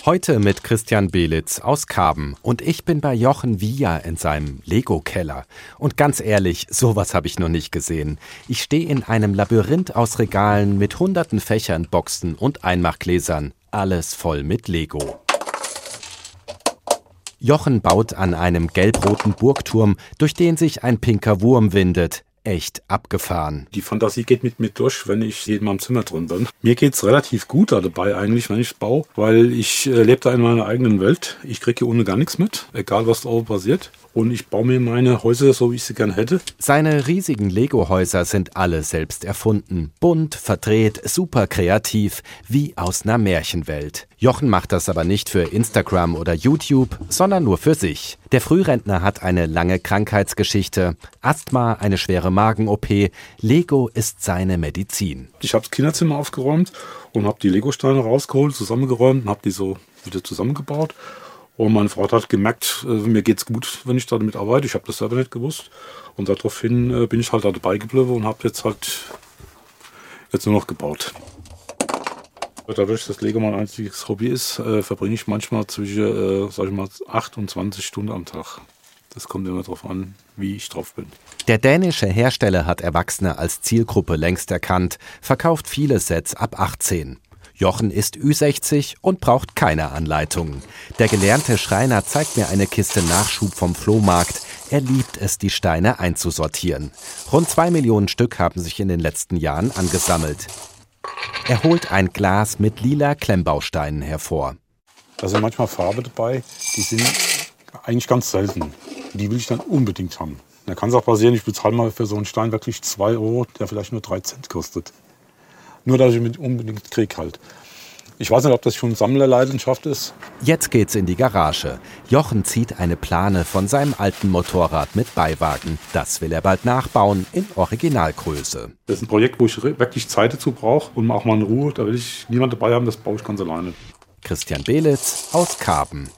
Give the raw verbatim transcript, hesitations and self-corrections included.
Heute mit Christian Belitz aus Karben und ich bin bei Jochen Wieja in seinem Lego-Keller. Und ganz ehrlich, sowas habe ich noch nicht gesehen. Ich stehe in einem Labyrinth aus Regalen mit hunderten Fächern, Boxen und Einmachgläsern. Alles voll mit Lego. Jochen baut an einem gelb-roten Burgturm, durch den sich ein pinker Wurm windet. Echt abgefahren. Die Fantasie geht mit mir durch, wenn ich in meinem Zimmer drin bin. Mir geht's relativ gut da dabei eigentlich, wenn ich baue, weil ich äh, lebe da in meiner eigenen Welt. Ich kriege hier ohne gar nichts mit, egal was da oben passiert. Und ich baue mir meine Häuser so, wie ich sie gern hätte. Seine riesigen Lego-Häuser sind alle selbst erfunden. Bunt, verdreht, super kreativ, wie aus einer Märchenwelt. Jochen macht das aber nicht für Instagram oder YouTube, sondern nur für sich. Der Frührentner hat eine lange Krankheitsgeschichte. Asthma, eine schwere Magen-O P. Lego ist seine Medizin. Ich habe das Kinderzimmer aufgeräumt und habe die Lego-Steine rausgeholt, zusammengeräumt und habe die so wieder zusammengebaut. Und meine Frau hat gemerkt, äh, mir geht's gut, wenn ich damit arbeite. Ich habe das selber nicht gewusst. Und daraufhin äh, bin ich halt da dabei geblieben und habe jetzt halt jetzt nur noch gebaut. Dadurch, dass Lego mein einziges Hobby ist, äh, verbringe ich manchmal zwischen, äh, sag ich mal, acht und zwanzig Stunden am Tag. Das kommt immer darauf an, wie ich drauf bin. Der dänische Hersteller hat Erwachsene als Zielgruppe längst erkannt, verkauft viele Sets ab achtzehn. Jochen ist Ü sechzig und braucht keine Anleitungen. Der gelernte Schreiner zeigt mir eine Kiste Nachschub vom Flohmarkt. Er liebt es, die Steine einzusortieren. Rund zwei Millionen Stück haben sich in den letzten Jahren angesammelt. Er holt ein Glas mit lila Klemmbausteinen hervor. Da sind manchmal Farbe dabei, die sind eigentlich ganz selten. Die will ich dann unbedingt haben. Da kann es auch passieren, ich bezahle mal für so einen Stein wirklich zwei Euro, der vielleicht nur drei Cent kostet. Nur, dass ich ihn unbedingt kriege halt. Ich weiß nicht, ob das schon Sammlerleidenschaft ist. Jetzt geht's in die Garage. Jochen zieht eine Plane von seinem alten Motorrad mit Beiwagen. Das will er bald nachbauen in Originalgröße. Das ist ein Projekt, wo ich wirklich Zeit dazu brauche und auch mal in Ruhe. Da will ich niemanden dabei haben, das baue ich ganz alleine. Christian Belitz aus Karben.